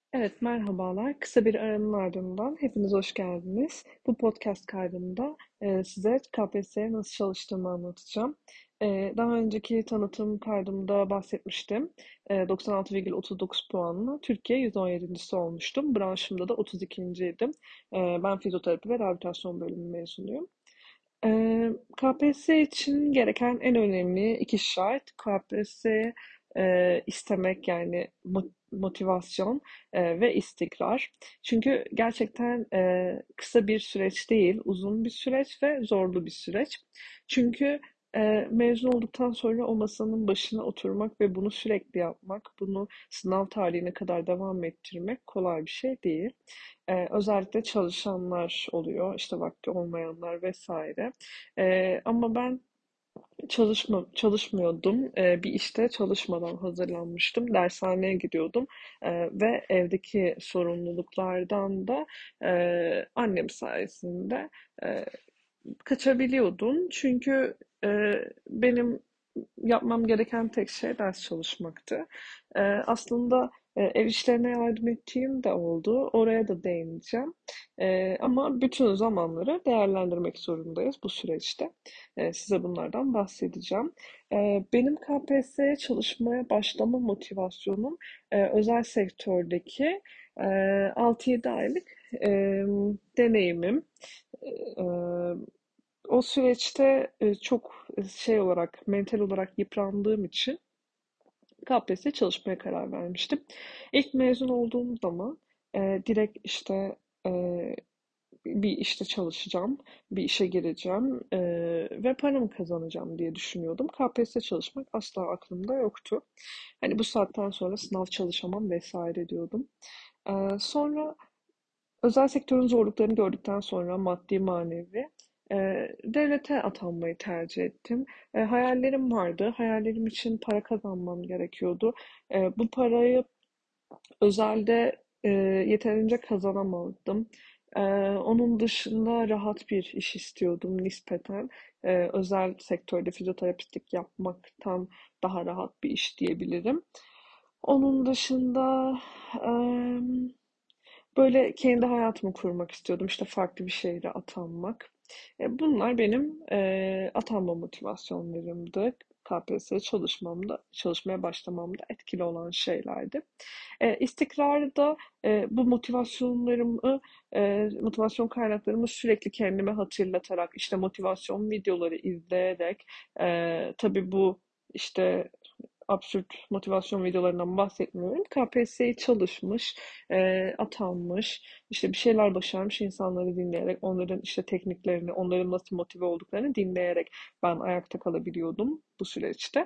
Evet, merhabalar. Kısa bir aranın ardından hepiniz hoş geldiniz. Bu podcast kaydında size KPSS'ye nasıl çalıştığımı anlatacağım. Daha önceki tanıtım kaydımda bahsetmiştim. 96,39 puanla Türkiye 117.'si olmuştum. Branşımda da 32.'ydim. Ben fizyoterapi ve rehabilitasyon bölümü mezunuyum. KPSS için gereken en önemli iki şart KPSS istemek yani motivasyon ve istikrar. Çünkü gerçekten kısa bir süreç değil, uzun bir süreç ve zorlu bir süreç. Çünkü mezun olduktan sonra o masanın başına oturmak ve bunu sürekli yapmak, bunu sınav tarihine kadar devam ettirmek kolay bir şey değil. Özellikle çalışanlar oluyor, işte vakti olmayanlar vesaire. Ama ben çalışmıyordum. Bir işte çalışmadan hazırlanmıştım. Dershaneye gidiyordum. Ve evdeki sorumluluklardan da annem sayesinde e, kaçabiliyordum. Çünkü benim yapmam gereken tek şey ders çalışmaktı. Aslında ev işlerine yardım ettiğim de oldu. Oraya da değineceğim. Ama bütün zamanları değerlendirmek zorundayız bu süreçte. Size bunlardan bahsedeceğim. Benim KPSS'ye çalışmaya başlama motivasyonum özel sektördeki 6-7 aylık e, deneyimim. E, O süreçte çok şey olarak, mental olarak yıprandığım için KPSS'ye çalışmaya karar vermiştim. İlk mezun olduğum zaman direkt işte e, bir işte çalışacağım, bir işe gireceğim ve paramı kazanacağım diye düşünüyordum. KPSS çalışmak asla aklımda yoktu. Hani bu saatten sonra sınav çalışamam vesaire diyordum. Sonra özel sektörün zorluklarını gördükten sonra maddi manevi devlete atanmayı tercih ettim. Hayallerim vardı. Hayallerim için para kazanmam gerekiyordu. Bu parayı özelde yeterince kazanamadım. Onun dışında rahat bir iş istiyordum nispeten. Özel sektörde fizyoterapistlik yapmaktan daha rahat bir iş diyebilirim. Onun dışında em, böyle kendi hayatımı kurmak istiyordum. İşte farklı bir şehre atanmak. Bunlar benim atanma motivasyonlarımdı. KPSS çalışmaya başlamamda etkili olan şeylerdi. İstikrarı da bu motivasyon kaynaklarımı sürekli kendime hatırlatarak, işte motivasyon videoları izleyerek, tabii bu işte absürt motivasyon videolarından bahsetmiyorum. KPSS'ye çalışmış, atanmış, işte bir şeyler başarmış insanları dinleyerek, onların işte tekniklerini, onların nasıl motive olduklarını dinleyerek ben ayakta kalabiliyordum bu süreçte.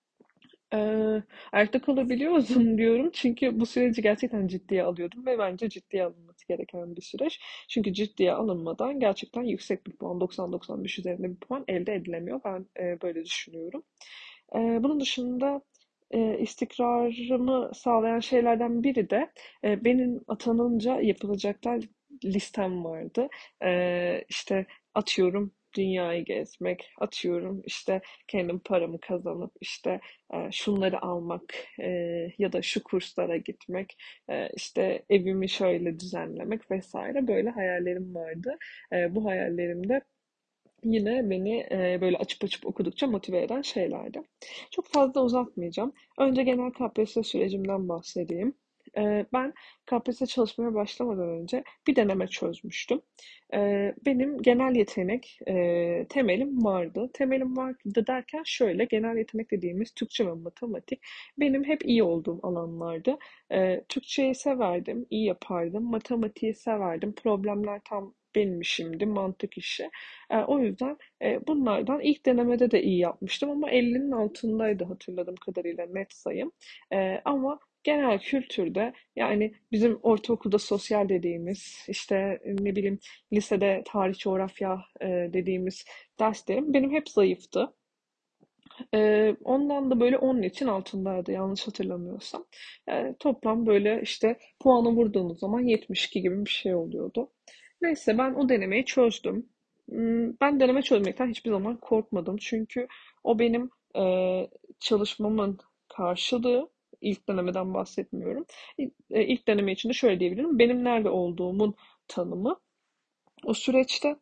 Ayakta kalabiliyordum diyorum çünkü bu süreci gerçekten ciddiye alıyordum ve bence ciddiye alınması gereken bir süreç. Çünkü ciddiye alınmadan gerçekten yüksek bir puan, 90-95 üzerinde bir puan elde edilemiyor. Ben böyle düşünüyorum. Bunun dışında istikrarımı sağlayan şeylerden biri de benim atanınca yapılacaklar listem vardı. İşte atıyorum dünyayı gezmek, atıyorum işte kendim paramı kazanıp işte şunları almak ya da şu kurslara gitmek, işte evimi şöyle düzenlemek vesaire böyle hayallerim vardı. Bu hayallerimde yine beni böyle açıp açıp okudukça motive eden şeylerdi. Çok fazla uzatmayacağım. Önce genel KPSS sürecimden bahsedeyim. Ben KPSS çalışmaya başlamadan önce bir deneme çözmüştüm. Benim genel yetenek temelim vardı. Temelim vardı derken şöyle, genel yetenek dediğimiz Türkçe ve matematik benim hep iyi olduğum alanlardı. Türkçeyi severdim, iyi yapardım. Matematiği severdim. Problemler tam benim işimdi, mantık işi. O yüzden bunlardan ilk denemede de iyi yapmıştım ama 50'nin altındaydı hatırladığım kadarıyla net sayım. Ama genel kültürde yani bizim ortaokulda sosyal dediğimiz işte ne bileyim lisede tarih coğrafya dediğimiz derslerim benim hep zayıftı. Ondan da böyle 10 için altındaydı yanlış hatırlamıyorsam. Toplam böyle işte puanı vurduğunuz zaman 72 gibi bir şey oluyordu. Neyse ben o denemeyi çözdüm. Ben deneme çözmekten hiçbir zaman korkmadım. Çünkü o benim çalışmamın karşılığı. ilk denemeden bahsetmiyorum. İlk deneme için de şöyle diyebilirim. Benim nerede olduğumun tanımı. O süreçte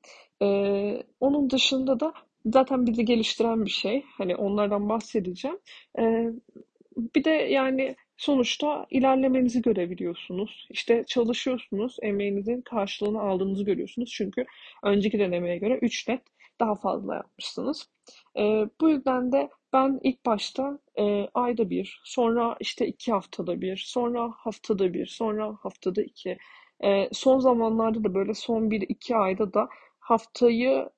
onun dışında da zaten bizi geliştiren bir şey. Hani onlardan bahsedeceğim. Eee, Bir de yani sonuçta ilerlemenizi görebiliyorsunuz. İşte çalışıyorsunuz, emeğinizin karşılığını aldığınızı görüyorsunuz. Çünkü önceki denemeye göre 3 net daha fazla yapmışsınız. Bu yüzden de ben ilk başta ayda bir, sonra işte 2 haftada bir, sonra haftada bir, sonra haftada iki. Son zamanlarda da böyle son 1-2 ayda da haftayı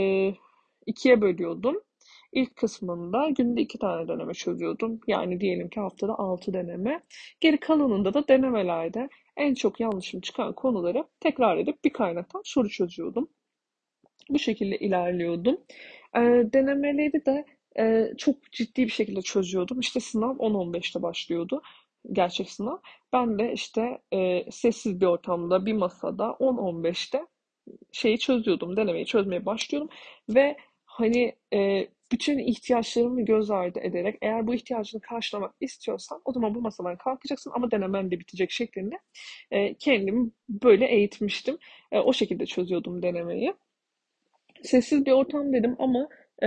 ikiye bölüyordum. İlk kısmında günde 2 tane deneme çözüyordum. Yani diyelim ki haftada 6 deneme. Geri kalanında da denemelerde en çok yanlışım çıkan konuları tekrar edip bir kaynaktan soru çözüyordum. Bu şekilde ilerliyordum. Denemeleri de çok ciddi bir şekilde çözüyordum. İşte sınav 10-15'te başlıyordu. Gerçek sınav. Ben de işte sessiz bir ortamda, bir masada 10-15'te şeyi çözüyordum, denemeyi çözmeye başlıyordum ve hani bütün ihtiyaçlarımı göz ardı ederek eğer bu ihtiyacını karşılamak istiyorsan o zaman bu masadan kalkacaksın ama denemen de bitecek şeklinde kendimi böyle eğitmiştim. O şekilde çözüyordum denemeyi. Sessiz bir ortam dedim ama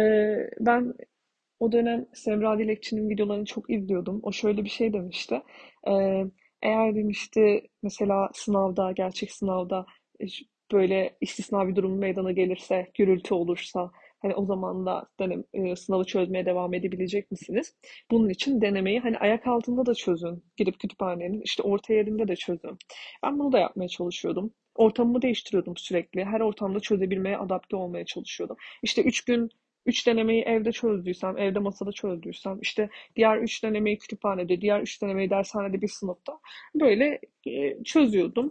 ben o dönem Semra Dilekçi'nin videolarını çok izliyordum. O şöyle bir şey demişti. Ee, Eğer demişti mesela sınavda, gerçek sınavda böyle istisna bir durum meydana gelirse, gürültü olursa hani o zaman da sınavı çözmeye devam edebilecek misiniz? Bunun için denemeyi hani ayak altında da çözün. Gidip kütüphanenin işte orta yerinde de çözün. Ben bunu da yapmaya çalışıyordum. Ortamımı değiştiriyordum sürekli. Her ortamda çözebilmeye, adapte olmaya çalışıyordum. İşte 3 gün 3 denemeyi evde çözdüysem, evde masada çözdüysem, işte diğer 3 denemeyi kütüphanede, diğer 3 denemeyi dershanede bir sınıfta böyle çözüyordum.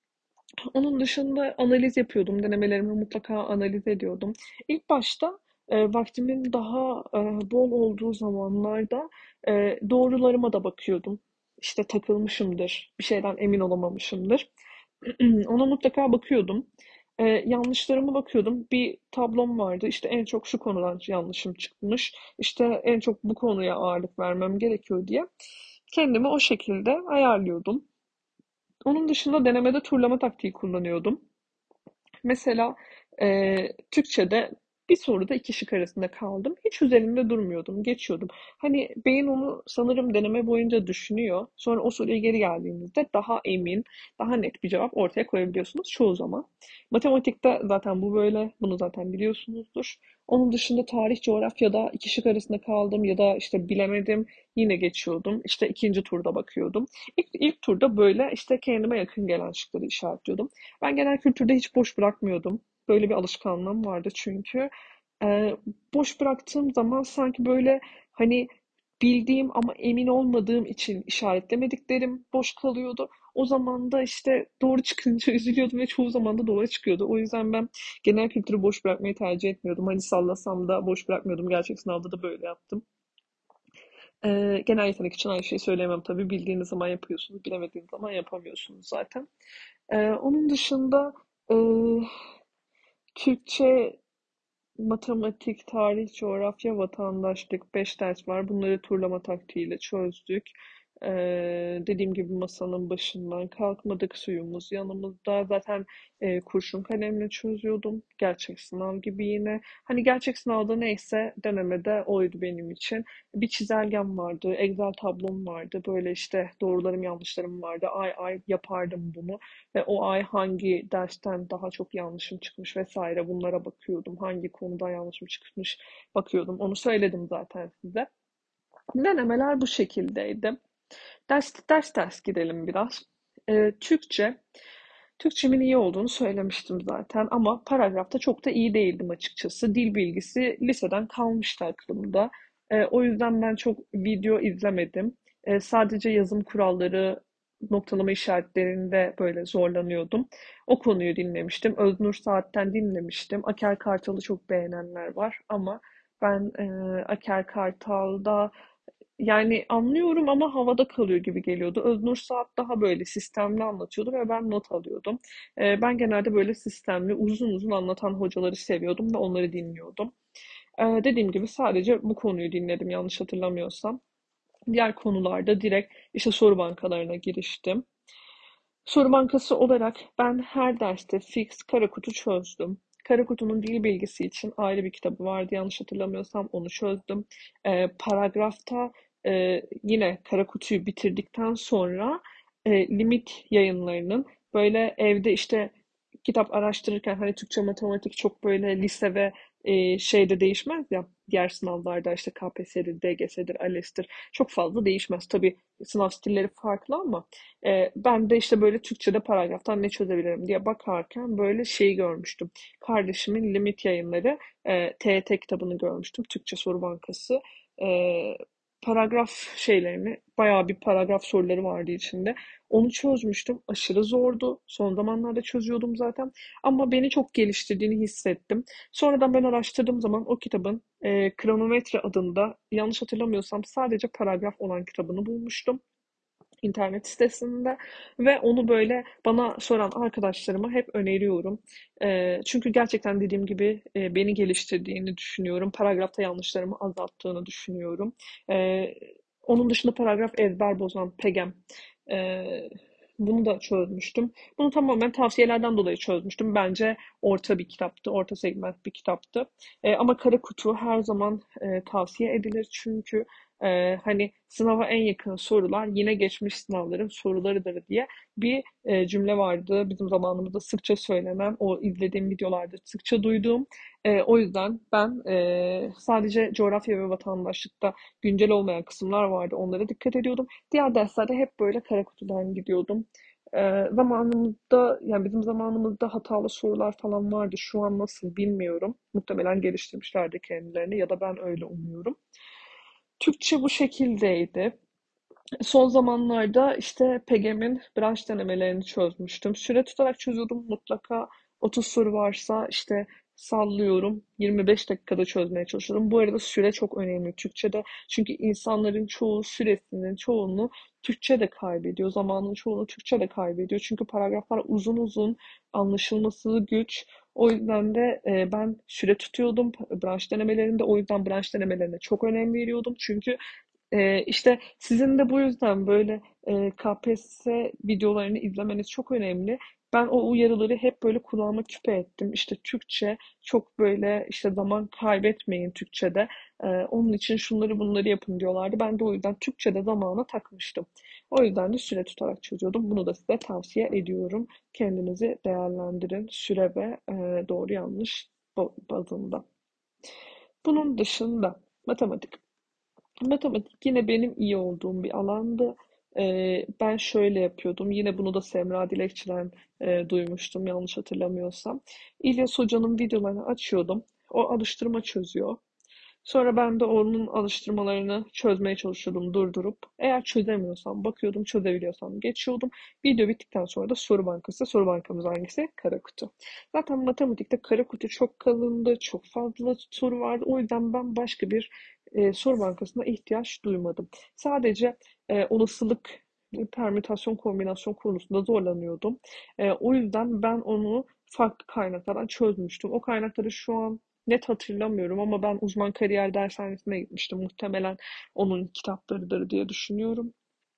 Onun dışında analiz yapıyordum. Denemelerimi mutlaka analiz ediyordum. İlk başta vaktimin daha bol olduğu zamanlarda doğrularıma da bakıyordum. İşte takılmışımdır, bir şeyden emin olamamışımdır. Ona mutlaka bakıyordum. Yanlışlarıma bakıyordum. Bir tablom vardı. İşte en çok şu konudan yanlışım çıkmış. İşte en çok bu konuya ağırlık vermem gerekiyor diye. Kendimi o şekilde ayarlıyordum. Onun dışında denemede turlama taktiği kullanıyordum. Mesela Türkçe'de bir soruda 2 şık arasında kaldım. Hiç üzerinde durmuyordum, geçiyordum. Hani beyin onu sanırım deneme boyunca düşünüyor. Sonra o soruya geri geldiğinizde daha emin, daha net bir cevap ortaya koyabiliyorsunuz çoğu zaman. Matematikte zaten bu böyle, bunu zaten biliyorsunuzdur. Onun dışında tarih, coğrafyada 2 şık arasında kaldım ya da işte bilemedim, yine geçiyordum. İşte ikinci turda bakıyordum. İlk turda böyle işte kendime yakın gelen şıkları işaretliyordum. Ben genel kültürde hiç boş bırakmıyordum. Böyle bir alışkanlığım vardı çünkü. Ee, Boş bıraktığım zaman sanki böyle hani bildiğim ama emin olmadığım için işaretlemediklerim boş kalıyordu. O zaman da işte doğru çıkınca üzülüyordum ve çoğu zaman da doğru çıkıyordu. O yüzden ben genel kültürü boş bırakmayı tercih etmiyordum. Hani sallasam da boş bırakmıyordum. Gerçek sınavda da böyle yaptım. Genel yetenek için aynı şeyi söyleyemem tabii. Bildiğiniz zaman yapıyorsunuz, bilemediğiniz zaman yapamıyorsunuz zaten. Onun dışında eee, Türkçe, matematik, tarih, coğrafya, vatandaşlık 5 ders var. Bunları turlama taktiğiyle çözdük. Dediğim gibi masanın başından kalkmadık, suyumuz yanımızda. Zaten kurşun kalemle çözüyordum. Gerçek sınav gibi yine. Hani gerçek sınavda neyse denemede oydu benim için. Bir çizelgem vardı, Excel tablom vardı. Böyle işte doğrularım yanlışlarım vardı. Ay ay yapardım bunu. Ve o ay hangi dersten daha çok yanlışım çıkmış vesaire bunlara bakıyordum. Hangi konuda yanlışım çıkmış bakıyordum. Onu söyledim zaten size. Denemeler bu şekildeydi. Ders gidelim biraz. Türkçe. Türkçemin iyi olduğunu söylemiştim zaten ama paragrafta çok da iyi değildim açıkçası. Dil bilgisi liseden kalmıştı aklımda. O yüzden ben çok video izlemedim. Sadece yazım kuralları, noktalama işaretlerinde böyle zorlanıyordum. O konuyu dinlemiştim. Öznur Saat'ten dinlemiştim. Aker Kartal'ı çok beğenenler var ama ben Aker Kartal'da yani anlıyorum ama havada kalıyor gibi geliyordu. Öznur Saat daha böyle sistemli anlatıyordu ve ben not alıyordum. Ben genelde böyle sistemli, uzun uzun anlatan hocaları seviyordum ve onları dinliyordum. Dediğim gibi sadece bu konuyu dinledim yanlış hatırlamıyorsam. Diğer konularda direkt işte soru bankalarına giriştim. Soru bankası olarak ben her derste fix Karakutu çözdüm. Karakutu'nun dil bilgisi için ayrı bir kitabı vardı. Yanlış hatırlamıyorsam onu çözdüm. Paragrafta yine Karakutu'yu bitirdikten sonra limit yayınlarının böyle evde işte kitap araştırırken hani Türkçe matematik çok böyle lise ve şeyde değişmez ya, diğer sınavlarda işte KPSS'dir, DGS'dir, ALES'tir çok fazla değişmez. Tabii sınav stilleri farklı ama ben de işte böyle Türkçe'de paragraftan ne çözebilirim diye bakarken böyle şeyi görmüştüm. Kardeşimin Limit Yayınları TYT kitabını görmüştüm. Türkçe Soru Bankası. E, Paragraf şeylerini, bayağı bir paragraf soruları vardı içinde. Onu çözmüştüm. Aşırı zordu. Son zamanlarda çözüyordum zaten. Ama beni çok geliştirdiğini hissettim. Sonradan ben araştırdığım zaman o kitabın Kronometre adında, yanlış hatırlamıyorsam sadece paragraf olan kitabını bulmuştum internet sitesinde ve onu böyle bana soran arkadaşlarıma hep öneriyorum. Çünkü gerçekten dediğim gibi beni geliştirdiğini düşünüyorum. Paragrafta yanlışlarımı azalttığını düşünüyorum. Ee, Onun dışında paragraf ezber bozan Pegem. Ee, Bunu da çözmüştüm. Bunu tamamen tavsiyelerden dolayı çözmüştüm. Bence orta bir kitaptı, orta segment bir kitaptı. Ama Kara Kutu her zaman tavsiye edilir çünkü hani sınava en yakın sorular yine geçmiş sınavların sorularıdır diye bir cümle vardı. Bizim zamanımızda sıkça söylenen, o izlediğim videolarda sıkça duyduğum. O yüzden ben sadece coğrafya ve vatandaşlıkta güncel olmayan kısımlar vardı. Onlara dikkat ediyordum. Diğer derslerde hep böyle kara kutudan gidiyordum. Zamanımızda, yani bizim zamanımızda hatalı sorular falan vardı. Şu an nasıl bilmiyorum. Muhtemelen geliştirmişlerdi kendilerini ya da ben öyle umuyorum. Türkçe bu şekildeydi. Son zamanlarda işte PEGEM'in branş denemelerini çözmüştüm. Süre tutarak çözüyordum. Mutlaka 30 soru varsa işte sallıyorum 25 dakikada çözmeye çalışıyorum. Bu arada süre çok önemli Türkçe'de. Çünkü insanların çoğu süresinin çoğunu Türkçe'de kaybediyor. Zamanın çoğunu Türkçe'de kaybediyor. Çünkü paragraflar uzun uzun, anlaşılması güç. O yüzden de ben süre tutuyordum branş denemelerinde. O yüzden branş denemelerine çok önem veriyordum. Çünkü işte sizin de bu yüzden böyle KPSS videolarını izlemeniz çok önemli. Ben o uyarıları hep böyle kulağıma küpe ettim. İşte Türkçe çok böyle işte zaman kaybetmeyin Türkçe'de. Onun için şunları bunları yapın diyorlardı. Ben de o yüzden Türkçe'de zamana takmıştım. O yüzden de süre tutarak çözüyordum. Bunu da size tavsiye ediyorum. Kendinizi değerlendirin süre ve doğru yanlış bazında. Bunun dışında matematik. Matematik yine benim iyi olduğum bir alandı. Ben şöyle yapıyordum. Yine bunu da Semra Dilekçi'den duymuştum yanlış hatırlamıyorsam. İlyas Hoca'nın videolarını açıyordum. O alıştırma çözüyor. Sonra ben de onun alıştırmalarını çözmeye çalışıyordum durdurup. Eğer çözemiyorsam, bakıyordum, çözebiliyorsam geçiyordum. Video bittikten sonra da soru bankası. Soru bankamız hangisi? Kara kutu. Zaten matematikte kara kutu çok kalındı, çok fazla soru vardı. O yüzden ben başka bir soru bankasına ihtiyaç duymadım. Sadece olasılık, permütasyon, kombinasyon konusunda zorlanıyordum. O yüzden ben onu farklı kaynaklardan çözmüştüm. O kaynakları şu an net hatırlamıyorum ama ben uzman kariyer dershanesine gitmiştim. Muhtemelen onun kitaplarıdır diye düşünüyorum.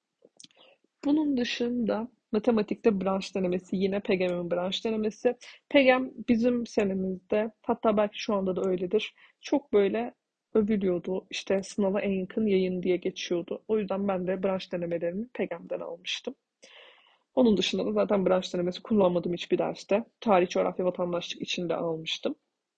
Bunun dışında matematikte branş denemesi, yine PEGEM'in branş denemesi. PEGEM bizim senemizde, hatta belki şu anda da öyledir, çok böyle övülüyordu. İşte sınava en yakın yayın diye geçiyordu. O yüzden ben de branş denemelerini PEGEM'den almıştım. Onun dışında da zaten branş denemesi kullanmadım hiçbir derste. Tarih, coğrafya, vatandaşlık içinde almıştım.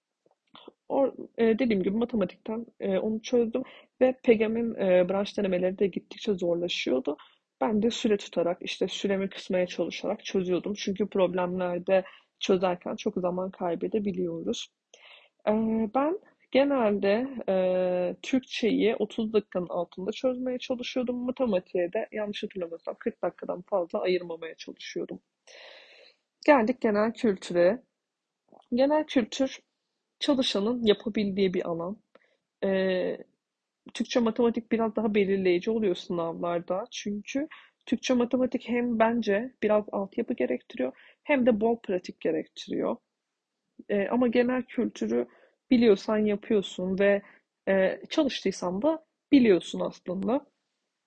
Dediğim gibi matematikten onu çözdüm ve PEGEM'in branş denemeleri de gittikçe zorlaşıyordu. Ben de süre tutarak işte süremi kısmaya çalışarak çözüyordum. Çünkü problemlerde çözerken çok zaman kaybedebiliyoruz. E, Ben genelde Türkçeyi 30 dakikanın altında çözmeye çalışıyordum. Matematiğe de yanlış hatırlamıyorsam 40 dakikadan fazla ayırmamaya çalışıyordum. Geldik genel kültüre. Genel kültür çalışanın yapabildiği bir alan. Ee, Türkçe matematik biraz daha belirleyici oluyor sınavlarda. Çünkü Türkçe matematik hem bence biraz altyapı gerektiriyor hem de bol pratik gerektiriyor. Ama genel kültürü biliyorsan yapıyorsun ve çalıştıysan da biliyorsun aslında.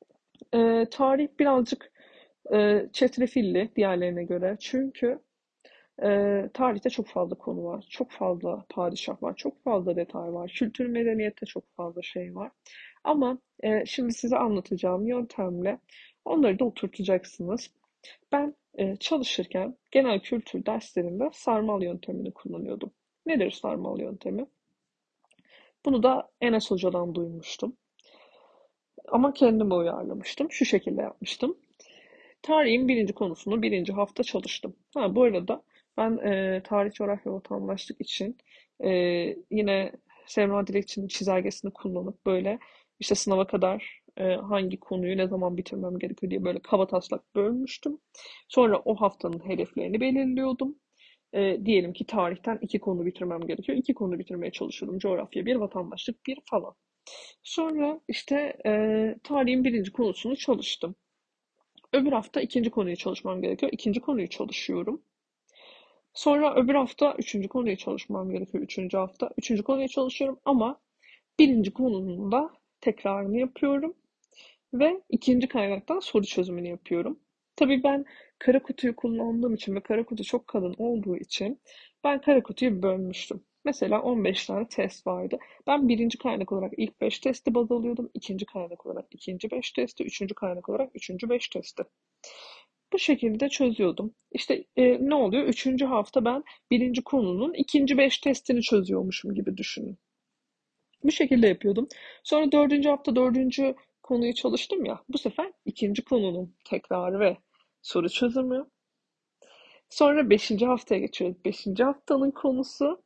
Tarih birazcık çetrefilli diğerlerine göre. Çünkü tarihte çok fazla konu var. Çok fazla padişah var. Çok fazla detay var. Kültür medeniyette çok fazla şey var. Ama şimdi size anlatacağım yöntemle onları da oturtacaksınız. Ben çalışırken genel kültür derslerinde sarmal yöntemini kullanıyordum. Nedir sarmal yöntemi? Bunu da Enes Hoca'dan duymuştum. Ama kendime uyarlamıştım. Şu şekilde yapmıştım. Tarihin birinci konusunu birinci hafta çalıştım. Ha, bu arada ben tarih, coğrafya, vatandaşlık için e, yine Semra Dilekçi'nin çizelgesini kullanıp böyle işte sınava kadar hangi konuyu ne zaman bitirmem gerekiyor diye böyle kabataslak bölmüştüm. Sonra o haftanın hedeflerini belirliyordum. Diyelim ki tarihten iki konu bitirmem gerekiyor. İki konu bitirmeye çalışıyordum. Coğrafya bir, vatandaşlık bir falan. Sonra işte tarihin birinci konusunu çalıştım. Öbür hafta ikinci konuyu çalışmam gerekiyor. İkinci konuyu çalışıyorum. Sonra öbür hafta üçüncü konuyu çalışmam gerekiyor. Üçüncü hafta üçüncü konuyu çalışıyorum ama birinci konunun da tekrarını yapıyorum ve ikinci kaynaktan soru çözümünü yapıyorum. Tabii ben kara kutuyu kullandığım için ve kara kutu çok kalın olduğu için ben kara kutuyu bölmüştüm. Mesela 15 tane test vardı. Ben birinci kaynak olarak ilk 5 testi baz alıyordum. İkinci kaynak olarak ikinci 5 testi, üçüncü kaynak olarak üçüncü 5 testi. Bu şekilde çözüyordum. İşte ne oluyor? Üçüncü hafta ben birinci konunun ikinci 5 testini çözüyormuşum gibi düşünün. Bu şekilde yapıyordum. Sonra dördüncü hafta dördüncü konuyu çalıştım ya. Bu sefer ikinci konunun tekrarı ve soru çözümü. Sonra beşinci haftaya geçiyoruz. Beşinci haftanın konusu.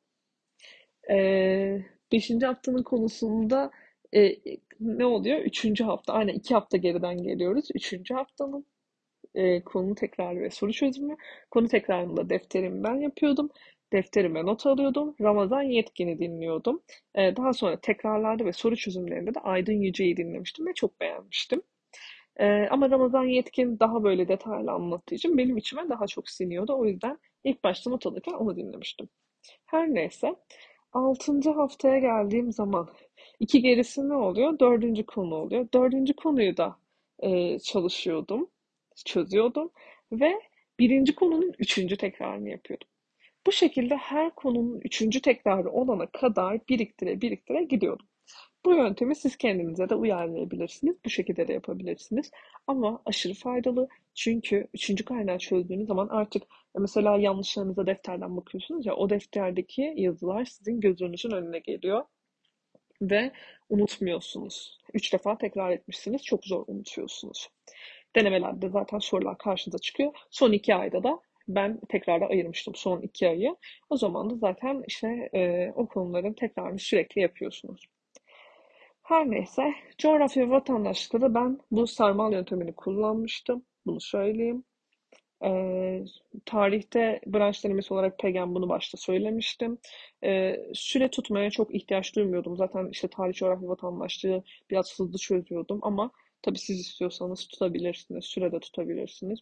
Beşinci haftanın konusunda e, ne oluyor? Üçüncü hafta. Aynen 2 hafta geriden geliyoruz. Üçüncü haftanın konu tekrarı ve soru çözümü. Konu tekrarında defterimi ben yapıyordum. Defterime not alıyordum. Ramazan Yetkin'i dinliyordum. Daha sonra tekrarlarda ve soru çözümlerinde de Aydın Yüce'yi dinlemiştim ve çok beğenmiştim. Ama Ramazan Yetkin daha böyle detaylı anlattığı için benim içime daha çok siniyordu. O yüzden ilk başta not alırken onu dinlemiştim. Her neyse. Altıncı haftaya geldiğim zaman iki gerisi ne oluyor? Dördüncü konu oluyor. Dördüncü konuyu da çalışıyordum, çözüyordum ve birinci konunun üçüncü tekrarını yapıyordum. Bu şekilde her konunun üçüncü tekrarı olana kadar biriktire biriktire gidiyordum. Bu yöntemi siz kendinize de uyarlayabilirsiniz. Bu şekilde de yapabilirsiniz. Ama aşırı faydalı. Çünkü üçüncü kaynağı çözdüğünüz zaman artık mesela yanlışlarınıza defterden bakıyorsunuz ya o defterdeki yazılar sizin gözünüzün önüne geliyor ve unutmuyorsunuz. 3 defa tekrar etmişsiniz. Çok zor unutuyorsunuz. Denemelerde zaten sorular karşınıza çıkıyor. Son 2 ayda da ben tekrara ayırmıştım son 2 ayı. O zaman da zaten işte o konuların tekrarını sürekli yapıyorsunuz. Her neyse, coğrafya ve vatandaşlıkta da ben bu sarmal yöntemini kullanmıştım. Bunu söyleyeyim. Ee, Tarihte branş denemesi olarak PEGEM bunu başta söylemiştim. Süre tutmaya çok ihtiyaç duymuyordum. Zaten işte tarih, coğrafya, vatandaşlığı biraz hızlı çözüyordum ama tabii siz istiyorsanız tutabilirsiniz, sürede tutabilirsiniz.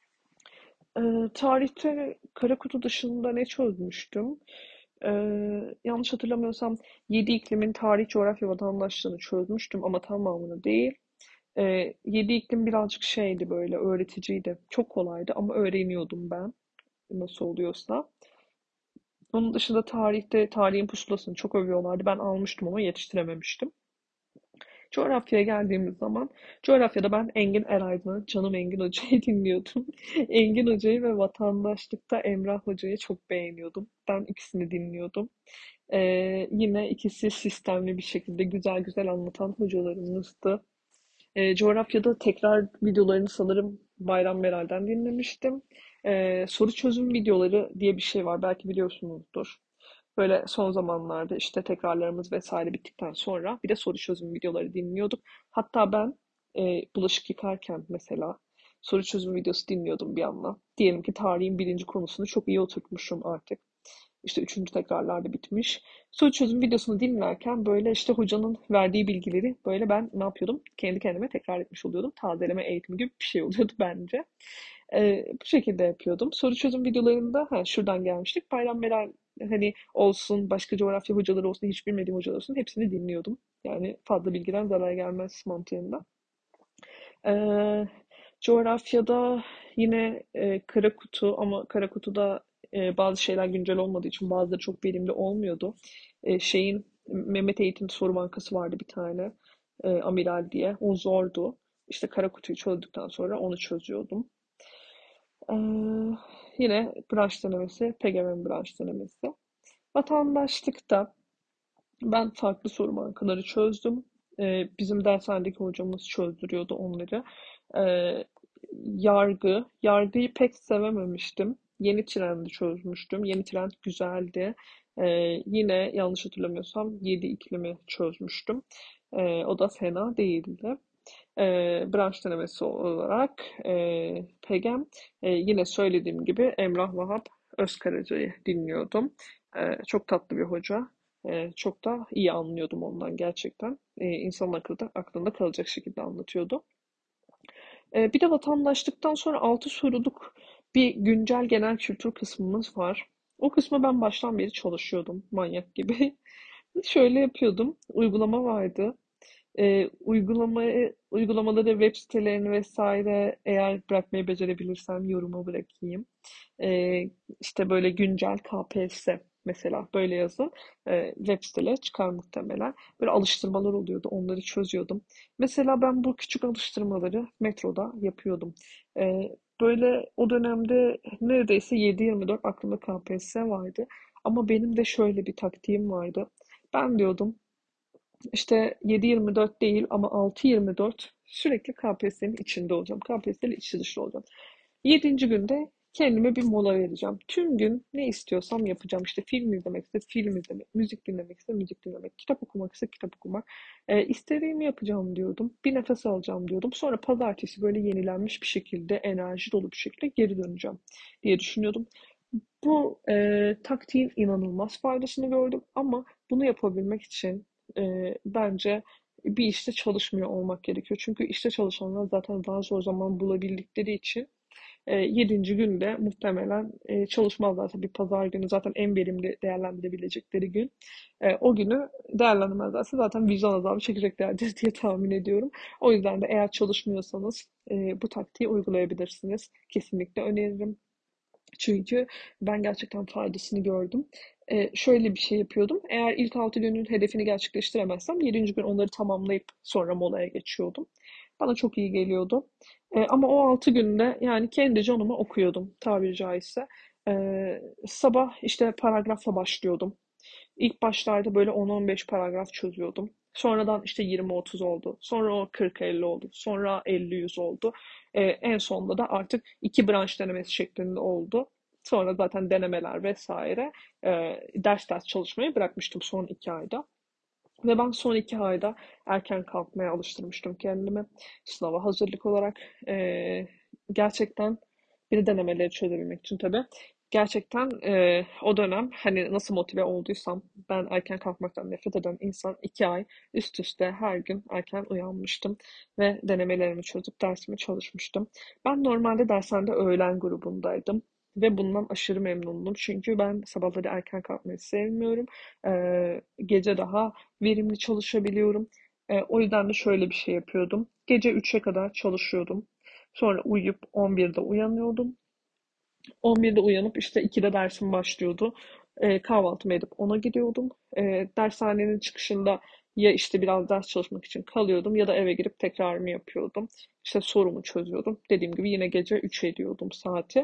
Tarihte kara kutu dışında ne çözmüştüm? Yanlış hatırlamıyorsam 7 iklimin tarih, coğrafya, vatandaşlığını çözmüştüm ama tamamını değil. 7 iklim birazcık şeydi böyle öğreticiydi. Çok kolaydı ama öğreniyordum ben nasıl oluyorsa. Onun dışında tarihte tarihin pusulasını çok övüyorlardı. Ben almıştım ama yetiştirememiştim. Coğrafyaya geldiğimiz zaman, coğrafyada ben Engin Eraydın'ı, canım Engin Hoca'yı dinliyordum. Engin Hoca'yı ve vatandaşlıkta Emrah Hoca'yı çok beğeniyordum. Ben ikisini dinliyordum. Yine ikisi sistemli bir şekilde güzel güzel anlatan hocalarımızdı. Coğrafyada tekrar videolarını sanırım Bayram Meral'den dinlemiştim. Soru çözüm videoları diye bir şey var. Belki biliyorsunuzdur. Böyle son zamanlarda işte tekrarlarımız vesaire bittikten sonra bir de soru çözüm videoları dinliyorduk. Hatta ben bulaşık yıkarken mesela soru çözüm videosu dinliyordum bir yandan. Diyelim ki tarihin birinci konusunu çok iyi oturtmuşum artık. İşte üçüncü tekrarlarda bitmiş. Soru çözüm videosunu dinlerken böyle işte hocanın verdiği bilgileri böyle ben ne yapıyordum? Kendi kendime tekrar etmiş oluyordum. Tazeleme eğitimi gibi bir şey oluyordu bence. Bu şekilde yapıyordum. Soru çözüm videolarında ha, şuradan gelmiştik. Bayram Meral hani olsun, başka coğrafya hocaları olsun, hiç bilmediğim hocalar olsun hepsini dinliyordum. Yani fazla bilgiden zarar gelmez mantığında. Ee, Coğrafyada yine kara kutu, ama kara kutuda bazı şeyler güncel olmadığı için bazıları çok verimli olmuyordu. Mehmet Eğitim Soru Bankası vardı bir tane, Amiral diye. O zordu. İşte kara kutuyu çözdükten sonra onu çözüyordum. Ee, Yine branş denemesi, PGM'nin branş denemesi. Vatandaşlıkta ben farklı soru bankaları çözdüm. Bizim dershanedeki hocamız çözdürüyordu onları. Ee, yargıyı pek sevememiştim. Yeni Trend'i çözmüştüm. Yeni Trend güzeldi. Yine yanlış hatırlamıyorsam 7 iklimi çözmüştüm. O da fena değildi. Branş denemesi olarak PEGEM, yine söylediğim gibi Emrah Vahap Özkaraca'yı dinliyordum. Çok tatlı bir hoca. Çok da iyi anlıyordum ondan gerçekten. İnsanın aklında kalacak şekilde anlatıyordu. Bir de vatandaşlıktan sonra 6 soruluk bir güncel genel kültür kısmımız var. O kısmı ben baştan beri çalışıyordum manyak gibi. Şöyle yapıyordum. Uygulama vardı. Uygulamaları, web sitelerini vesaire eğer bırakmayı becerebilirsem yoruma bırakayım. İşte böyle güncel KPSS mesela böyle yazın. Web siteleri çıkar muhtemelen. Böyle alıştırmalar oluyordu. Onları çözüyordum. Mesela ben bu küçük alıştırmaları metroda yapıyordum. Böyle o dönemde neredeyse 7/24 aklımda KPSS vardı. Ama benim de şöyle bir taktiğim vardı. Ben diyordum işte 7/24 değil ama 6/24 sürekli KPSS'nin içinde olacağım. KPSS'yle içi dışı olacağım. 7. günde kendime bir mola vereceğim. Tüm gün ne istiyorsam yapacağım. İşte film izlemekse film izlemek, müzik dinlemekse müzik dinlemek, kitap okumaksa kitap okumak. İstediğimi yapacağım diyordum. Bir nefes alacağım diyordum. Sonra pazartesi böyle yenilenmiş bir şekilde, enerji dolu bir şekilde geri döneceğim diye düşünüyordum. Bu taktiğin inanılmaz faydasını gördüm ama bunu yapabilmek için bence bir işte çalışmıyor olmak gerekiyor. Çünkü işte çalışanlar zaten daha zor zaman bulabildikleri için 7. günde muhtemelen çalışmazlar. Tabii pazar günü zaten en verimli değerlendirebilecekleri gün. O günü değerlendirmezlerse zaten vicdan azabı çekeceklerdir diye tahmin ediyorum. O yüzden de eğer çalışmıyorsanız bu taktiği uygulayabilirsiniz. Kesinlikle öneririm. Çünkü ben gerçekten faydasını gördüm. Şöyle bir şey yapıyordum. Eğer ilk 6 günün hedefini gerçekleştiremezsem 7. gün onları tamamlayıp sonra molaya geçiyordum. Bana çok iyi geliyordu. Ama o 6 günde yani kendi canıma okuyordum tabiri caizse. Sabah işte paragrafla başlıyordum. İlk başlarda böyle 10-15 paragraf çözüyordum. Sonradan işte 20-30 oldu. Sonra o 40-50 oldu. Sonra 50-100 oldu. En sonunda da artık iki branş denemesi şeklinde oldu. Sonra zaten denemeler vesaire. Ders çalışmayı bırakmıştım son 2 ayda. Ve ben son 2 ayda erken kalkmaya alıştırmıştım kendimi. Sınava hazırlık olarak gerçekten bir de denemeleri çözebilmek için tabii. Gerçekten o dönem hani nasıl motive olduysam ben erken kalkmaktan nefret eden insan 2 ay üst üste her gün erken uyanmıştım ve denemelerimi çözüp dersimi çalışmıştım. Ben normalde dershanede öğlen grubundaydım ve bundan aşırı memnundum. Çünkü ben sabahları erken kalkmayı sevmiyorum. Gece daha verimli çalışabiliyorum. O yüzden de şöyle bir şey yapıyordum. Gece 3'e kadar çalışıyordum. Sonra uyuyup 11'de uyanıyordum. 11'de uyanıp işte 2'de dersim başlıyordu. Kahvaltımı edip ona gidiyordum. Dershanenin çıkışında ya işte biraz ders çalışmak için kalıyordum ya da eve girip tekrarımı yapıyordum. İşte sorumu çözüyordum. Dediğim gibi yine gece 3'e ediyordum saati.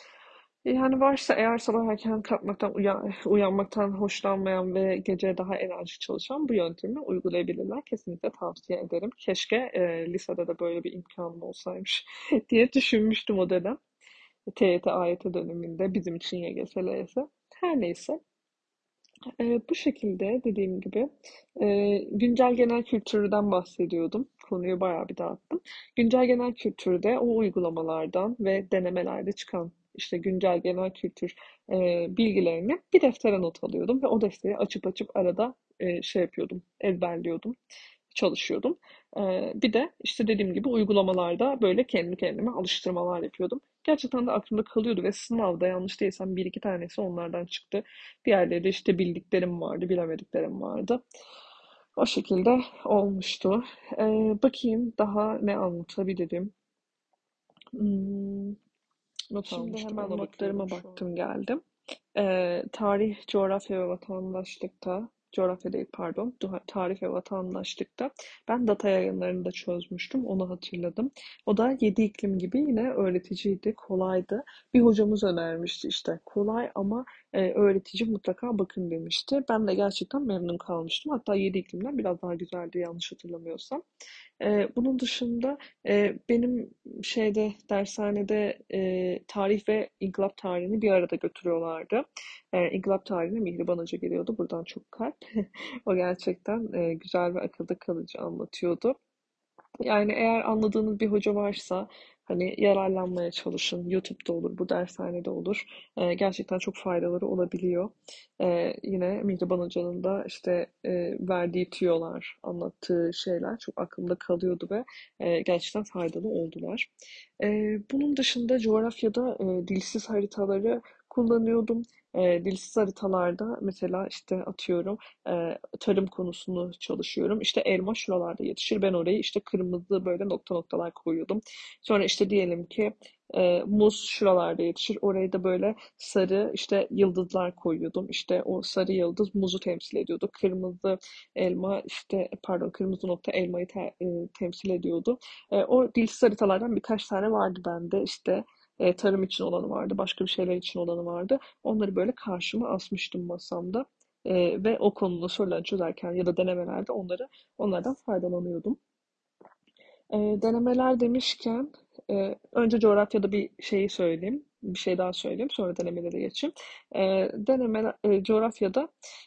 Yani varsa eğer sabah erken kalkmaktan, uyanmaktan hoşlanmayan ve gece daha enerjik çalışan bu yöntemi uygulayabilirler. Kesinlikle tavsiye ederim. Keşke lisede de böyle bir imkanım olsaymış diye düşünmüştüm o dönem. TYT, AYT döneminde bizim için YGS, LYS. Her neyse. Bu şekilde dediğim gibi güncel genel kültürden bahsediyordum. Konuyu bayağı bir dağıttım. Güncel genel kültürde o uygulamalardan ve denemelerde çıkan işte güncel genel kültür bilgilerini bir deftere not alıyordum ve o defteri açıp açıp arada şey yapıyordum, ezberliyordum, çalışıyordum. Bir de işte dediğim gibi uygulamalarda böyle kendi kendime alıştırmalar yapıyordum. Gerçekten de aklımda kalıyordu ve sınavda yanlış değilsem bir iki tanesi onlardan çıktı. Diğerleri de işte bildiklerim vardı, bilemediklerim vardı. O şekilde olmuştu. Bakayım daha ne anlatabilirim. Hmm, not Şimdi almıştım. hemen O bakıyorum notlarıma şu an. baktım geldim. Tarih, coğrafya ve vatandaşlıkta, coğrafya değil pardon, tarih ve vatandaşlıkta ben data yayınlarını da çözmüştüm, onu hatırladım. O da 7 iklim gibi yine öğreticiydi, kolaydı. Bir hocamız önermişti işte, kolay ama öğretici mutlaka bakın demişti. Ben de gerçekten memnun kalmıştım. Hatta 7 iklimden biraz daha güzeldi yanlış hatırlamıyorsam. Bunun dışında benim dershanede tarih ve inkılap tarihini bir arada götürüyorlardı. İnkılap tarihine Mihriban Hoca geliyordu. Buradan çok kalp. O gerçekten güzel ve akılda kalıcı anlatıyordu. Yani eğer anladığınız bir hoca varsa hani yararlanmaya çalışın. YouTube'da olur, bu dershanede olur. Gerçekten çok faydaları olabiliyor. Yine Mihriban Hoca'nın da işte verdiği tüyolar, anlattığı şeyler çok aklımda kalıyordu ve gerçekten faydalı oldular. Bunun dışında coğrafyada dilsiz haritaları kullanıyordum. Dilsiz haritalarda mesela işte atıyorum tarım konusunu çalışıyorum. İşte elma şuralarda yetişir. Ben orayı işte kırmızı böyle nokta noktalar koyuyordum. Sonra işte diyelim ki muz şuralarda yetişir. Orayı da böyle sarı işte yıldızlar koyuyordum. İşte o sarı yıldız muzu temsil ediyordu. Kırmızı elma işte pardon kırmızı nokta elmayı temsil ediyordu. O dilsiz haritalardan birkaç tane vardı bende. İşte tarım için olanı vardı. Başka bir şeyler için olanı vardı. Onları böyle karşıma asmıştım masamda. Ve o konuda soruları çözerken ya da denemelerde onlardan faydalanıyordum. Denemeler demişken önce coğrafyada bir şeyi söyleyeyim. Bir şey daha söyleyeyim. Sonra denemelere geçeyim. Coğrafyada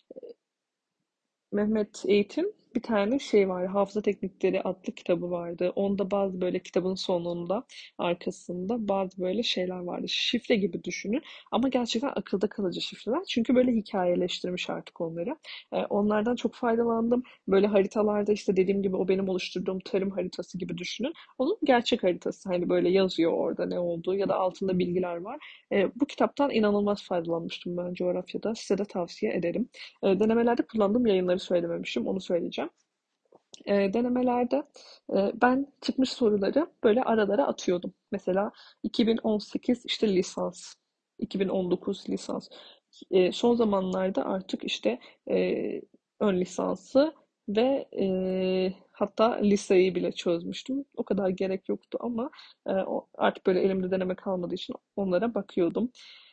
Mehmet Eğit'in bir tane şey var. Hafıza Teknikleri adlı kitabı vardı. Onda bazı böyle kitabın sonunda, arkasında bazı böyle şeyler vardı. Şifre gibi düşünün. Ama gerçekten akılda kalıcı şifreler. Çünkü böyle hikayeleştirmiş artık onları. Onlardan çok faydalandım. Böyle haritalarda işte dediğim gibi o benim oluşturduğum tarım haritası gibi düşünün. Onun gerçek haritası. Hani böyle yazıyor orada ne olduğu ya da altında bilgiler var. Bu kitaptan inanılmaz faydalanmıştım ben coğrafyada. Size de tavsiye ederim. Denemelerde kullandığım yayınları söylememişim, onu söyleyeceğim. Denemelerde ben çıkmış soruları böyle aralara atıyordum. Mesela 2018 işte lisans, 2019 lisans. Son zamanlarda artık işte ön lisansı ve hatta liseyi bile çözmüştüm. O kadar gerek yoktu ama artık böyle elimde deneme kalmadığı için onlara bakıyordum.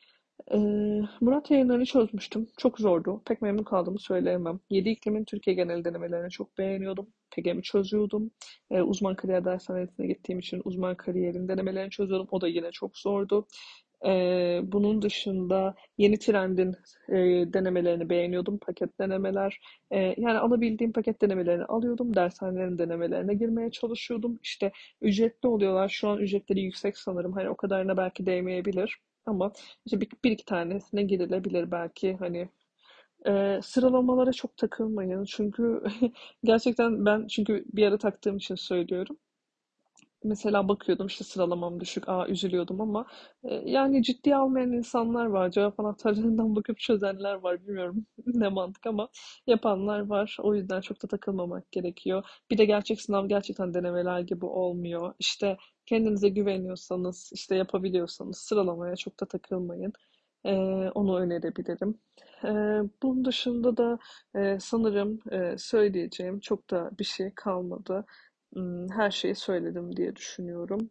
Murat yayınlarını çözmüştüm. Çok zordu. Pek memnun kaldığımı söyleyemem. 7 iklimin Türkiye genel denemelerini çok beğeniyordum. PGM'i çözüyordum. Uzman kariyer dershanesine gittiğim için uzman kariyerin denemelerini çözüyordum. O da yine çok zordu. Bunun dışında yeni trendin denemelerini beğeniyordum. Paket denemeler. Yani alabildiğim paket denemelerini alıyordum. Dershanelerin denemelerine girmeye çalışıyordum. İşte ücretli oluyorlar. Şu an ücretleri yüksek sanırım. Hani o kadarına belki değmeyebilir. Ama işte bir iki tanesine girilebilir belki hani sıralamalara çok takılmayın çünkü gerçekten ben çünkü bir ara taktığım için söylüyorum. Mesela bakıyordum işte sıralamam düşük. Üzülüyordum ama yani ciddiye almayan insanlar var. Cevap anahtarlarından bakıp çözenler var. Bilmiyorum ne mantık ama yapanlar var. O yüzden çok da takılmamak gerekiyor. Bir de gerçek sınav gerçekten denemeler gibi olmuyor. İşte kendinize güveniyorsanız, işte yapabiliyorsanız sıralamaya çok da takılmayın. E, Onu önerebilirim. E, Bunun dışında da sanırım söyleyeceğim çok da bir şey kalmadı. Her şeyi söyledim diye düşünüyorum.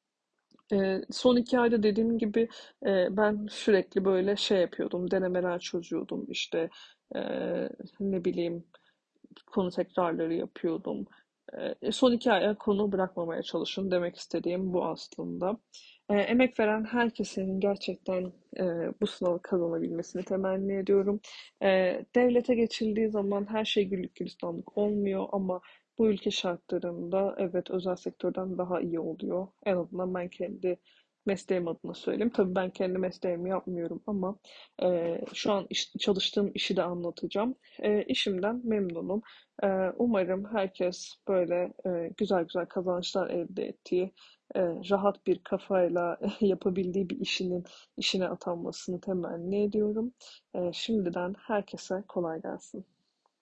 Son 2 ayda dediğim gibi ben sürekli böyle şey yapıyordum, denemeler çözüyordum. İşte ne bileyim konu tekrarları yapıyordum. Son 2 aya konu bırakmamaya çalışın demek istediğim bu aslında. Emek veren herkesin gerçekten bu sınavı kazanabilmesini temenni ediyorum. Devlete geçildiği zaman her şey güllük gülistanlık olmuyor ama bu ülke şartlarında evet özel sektörden daha iyi oluyor. En azından ben kendi mesleğim adına söyleyeyim. Tabii ben kendi mesleğimi yapmıyorum ama şu an çalıştığım işi de anlatacağım. İşimden memnunum. Umarım herkes böyle güzel güzel kazançlar elde ettiği, rahat bir kafayla yapabildiği bir işine atanmasını temenni ediyorum. Şimdiden herkese kolay gelsin.